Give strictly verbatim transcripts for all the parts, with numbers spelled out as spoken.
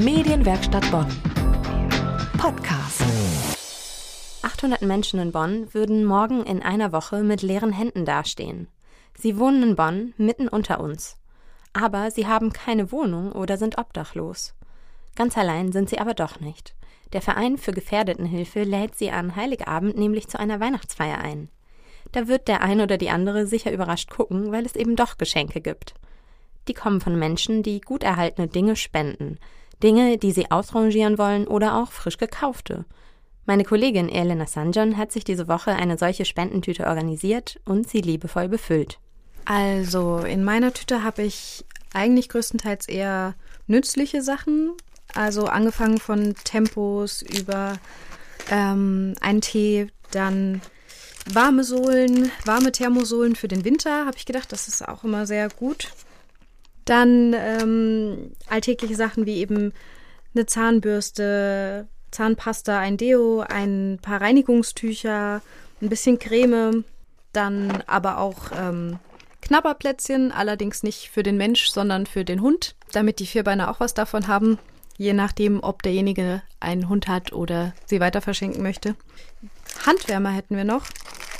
Medienwerkstatt Bonn. Podcast. achthundert Menschen in Bonn würden morgen in einer Woche mit leeren Händen dastehen. Sie wohnen in Bonn, mitten unter uns. Aber sie haben keine Wohnung oder sind obdachlos. Ganz allein sind sie aber doch nicht. Der Verein für Gefährdetenhilfe lädt sie an Heiligabend nämlich zu einer Weihnachtsfeier ein. Da wird der ein oder die andere sicher überrascht gucken, weil es eben doch Geschenke gibt. Die kommen von Menschen, die gut erhaltene Dinge spenden. Dinge, die sie ausrangieren wollen oder auch frisch gekaufte. Meine Kollegin Elena Sanjon hat sich diese Woche eine solche Spendentüte organisiert und sie liebevoll befüllt. Also in meiner Tüte habe ich eigentlich größtenteils eher nützliche Sachen. Also angefangen von Tempos über ähm, einen Tee, dann warme Sohlen, warme Thermosohlen für den Winter, habe ich gedacht, das ist auch immer sehr gut. Dann ähm, alltägliche Sachen wie eben eine Zahnbürste, Zahnpasta, ein Deo, ein paar Reinigungstücher, ein bisschen Creme, dann aber auch ähm, Knabberplätzchen, allerdings nicht für den Mensch, sondern für den Hund, damit die Vierbeiner auch was davon haben, je nachdem, ob derjenige einen Hund hat oder sie weiter verschenken möchte. Handwärmer hätten wir noch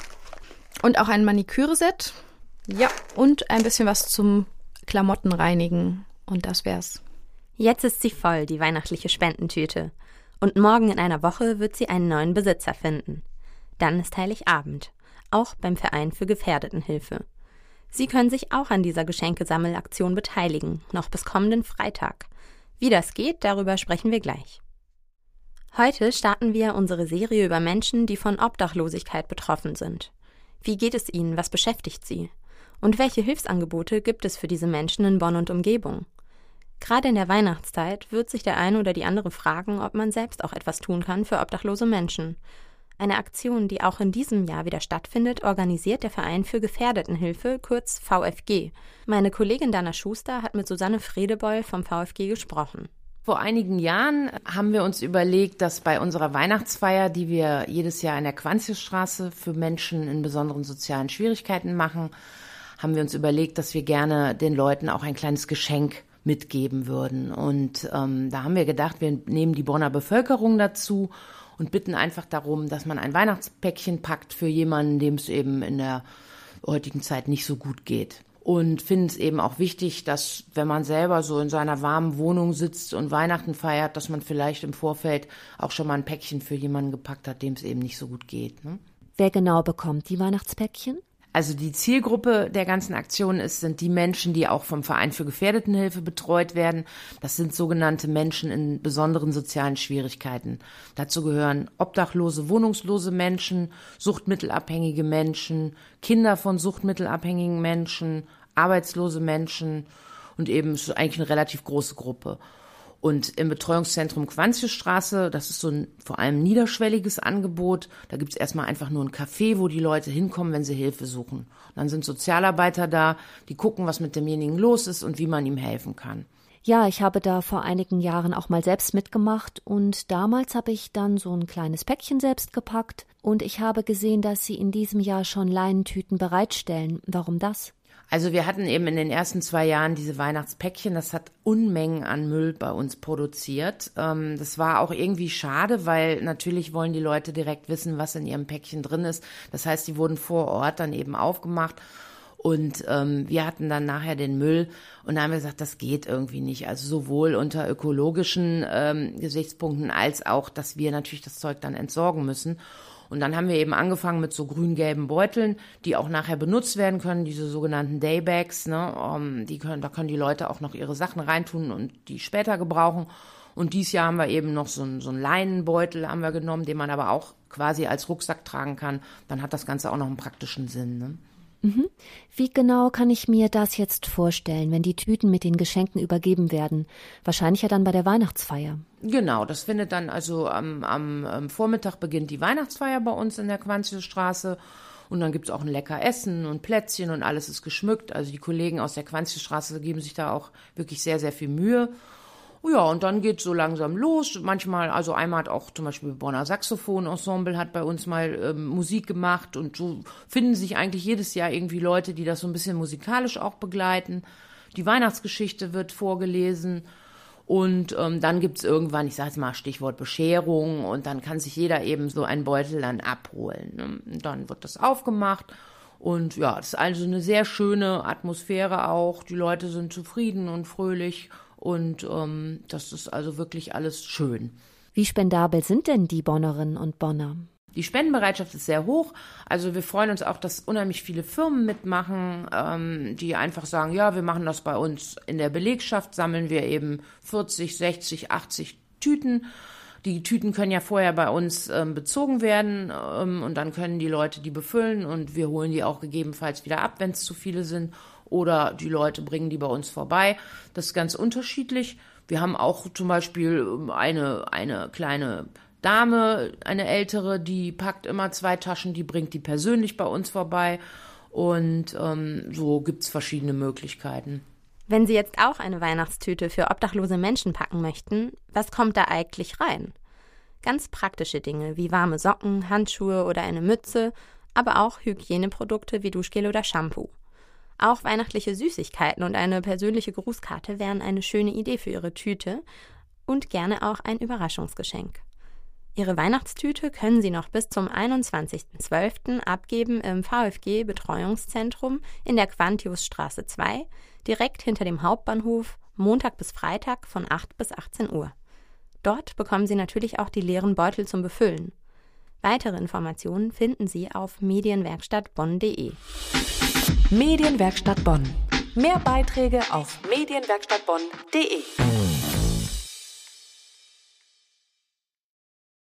und auch ein Maniküre-Set, ja, und ein bisschen was zum Klamotten reinigen und das wär's. Jetzt ist sie voll, die weihnachtliche Spendentüte. Und morgen in einer Woche wird sie einen neuen Besitzer finden. Dann ist Heiligabend, auch beim Verein für Gefährdetenhilfe. Sie können sich auch an dieser Geschenkesammelaktion beteiligen, noch bis kommenden Freitag. Wie das geht, darüber sprechen wir gleich. Heute starten wir unsere Serie über Menschen, die von Obdachlosigkeit betroffen sind. Wie geht es ihnen, was beschäftigt sie? Und welche Hilfsangebote gibt es für diese Menschen in Bonn und Umgebung? Gerade in der Weihnachtszeit wird sich der eine oder die andere fragen, ob man selbst auch etwas tun kann für obdachlose Menschen. Eine Aktion, die auch in diesem Jahr wieder stattfindet, organisiert der Verein für Gefährdetenhilfe, kurz V F G. Meine Kollegin Dana Schuster hat mit Susanne Fredebeul vom V F G gesprochen. Vor einigen Jahren haben wir uns überlegt, dass bei unserer Weihnachtsfeier, die wir jedes Jahr in der Quantiusstraße für Menschen in besonderen sozialen Schwierigkeiten machen, haben wir uns überlegt, dass wir gerne den Leuten auch ein kleines Geschenk mitgeben würden. Und ähm, da haben wir gedacht, wir nehmen die Bonner Bevölkerung dazu und bitten einfach darum, dass man ein Weihnachtspäckchen packt für jemanden, dem es eben in der heutigen Zeit nicht so gut geht. Und finden es eben auch wichtig, dass, wenn man selber so in seiner warmen Wohnung sitzt und Weihnachten feiert, dass man vielleicht im Vorfeld auch schon mal ein Päckchen für jemanden gepackt hat, dem es eben nicht so gut geht. Ne? Wer genau bekommt die Weihnachtspäckchen? Also die Zielgruppe der ganzen Aktion ist, sind die Menschen, die auch vom Verein für Gefährdetenhilfe betreut werden. Das sind sogenannte Menschen in besonderen sozialen Schwierigkeiten. Dazu gehören obdachlose, wohnungslose Menschen, suchtmittelabhängige Menschen, Kinder von suchtmittelabhängigen Menschen, arbeitslose Menschen und eben ist eigentlich eine relativ große Gruppe. Und im Betreuungszentrum Quantiusstraße, das ist so ein vor allem niederschwelliges Angebot, da gibt's erstmal einfach nur ein Café, wo die Leute hinkommen, wenn sie Hilfe suchen. Und dann sind Sozialarbeiter da, die gucken, was mit demjenigen los ist und wie man ihm helfen kann. Ja, ich habe da vor einigen Jahren auch mal selbst mitgemacht und damals habe ich dann so ein kleines Päckchen selbst gepackt und ich habe gesehen, dass Sie in diesem Jahr schon Leinentüten bereitstellen. Warum das? Also wir hatten eben in den ersten zwei Jahren diese Weihnachtspäckchen, das hat Unmengen an Müll bei uns produziert. Ähm, das war auch irgendwie schade, weil natürlich wollen die Leute direkt wissen, was in ihrem Päckchen drin ist. Das heißt, die wurden vor Ort dann eben aufgemacht und ähm, wir hatten dann nachher den Müll und da haben wir gesagt, das geht irgendwie nicht. Also sowohl unter ökologischen ähm, Gesichtspunkten als auch, dass wir natürlich das Zeug dann entsorgen müssen. Und dann haben wir eben angefangen mit so grün-gelben Beuteln, die auch nachher benutzt werden können, diese sogenannten Daybags, ne, um, die können, da können die Leute auch noch ihre Sachen reintun und die später gebrauchen. Und dieses Jahr haben wir eben noch so einen, so einen Leinenbeutel haben wir genommen, den man aber auch quasi als Rucksack tragen kann. Dann hat das Ganze auch noch einen praktischen Sinn, ne? Mhm. Wie genau kann ich mir das jetzt vorstellen, wenn die Tüten mit den Geschenken übergeben werden? Wahrscheinlich ja dann bei der Weihnachtsfeier. Genau, das findet dann also am, am, am Vormittag beginnt die Weihnachtsfeier bei uns in der Quantiusstraße und dann gibt's auch ein lecker Essen und Plätzchen und alles ist geschmückt. Also die Kollegen aus der Quantiusstraße geben sich da auch wirklich sehr, sehr viel Mühe. Ja, und dann geht's so langsam los. Manchmal, also einmal hat auch zum Beispiel Bonner Saxophon-Ensemble hat bei uns mal ähm, Musik gemacht und so finden sich eigentlich jedes Jahr irgendwie Leute, die das so ein bisschen musikalisch auch begleiten. Die Weihnachtsgeschichte wird vorgelesen Und ähm, dann gibt's irgendwann, ich sage jetzt mal Stichwort Bescherung, und dann kann sich jeder eben so einen Beutel dann abholen. Ne? Und dann wird das aufgemacht und ja, das ist also eine sehr schöne Atmosphäre auch. Die Leute sind zufrieden und fröhlich und ähm, das ist also wirklich alles schön. Wie spendabel sind denn die Bonnerinnen und Bonner? Die Spendenbereitschaft ist sehr hoch. Also wir freuen uns auch, dass unheimlich viele Firmen mitmachen, ähm, die einfach sagen, ja, wir machen das bei uns in der Belegschaft, sammeln wir eben vierzig, sechzig, achtzig Tüten. Die Tüten können ja vorher bei uns ähm, bezogen werden ähm, und dann können die Leute die befüllen und wir holen die auch gegebenenfalls wieder ab, wenn es zu viele sind. Oder die Leute bringen die bei uns vorbei. Das ist ganz unterschiedlich. Wir haben auch zum Beispiel eine, eine kleine Dame, eine ältere, die packt immer zwei Taschen, die bringt die persönlich bei uns vorbei und ähm, so gibt's verschiedene Möglichkeiten. Wenn Sie jetzt auch eine Weihnachtstüte für obdachlose Menschen packen möchten, was kommt da eigentlich rein? Ganz praktische Dinge wie warme Socken, Handschuhe oder eine Mütze, aber auch Hygieneprodukte wie Duschgel oder Shampoo. Auch weihnachtliche Süßigkeiten und eine persönliche Grußkarte wären eine schöne Idee für Ihre Tüte und gerne auch ein Überraschungsgeschenk. Ihre Weihnachtstüte können Sie noch bis zum einundzwanzigsten zwölften abgeben im VfG-Betreuungszentrum in der Quantiusstraße zwei, direkt hinter dem Hauptbahnhof, Montag bis Freitag von acht bis achtzehn Uhr. Dort bekommen Sie natürlich auch die leeren Beutel zum Befüllen. Weitere Informationen finden Sie auf medienwerkstattbonn punkt de. Medienwerkstatt Bonn. Mehr Beiträge auf medienwerkstattbonn punkt de.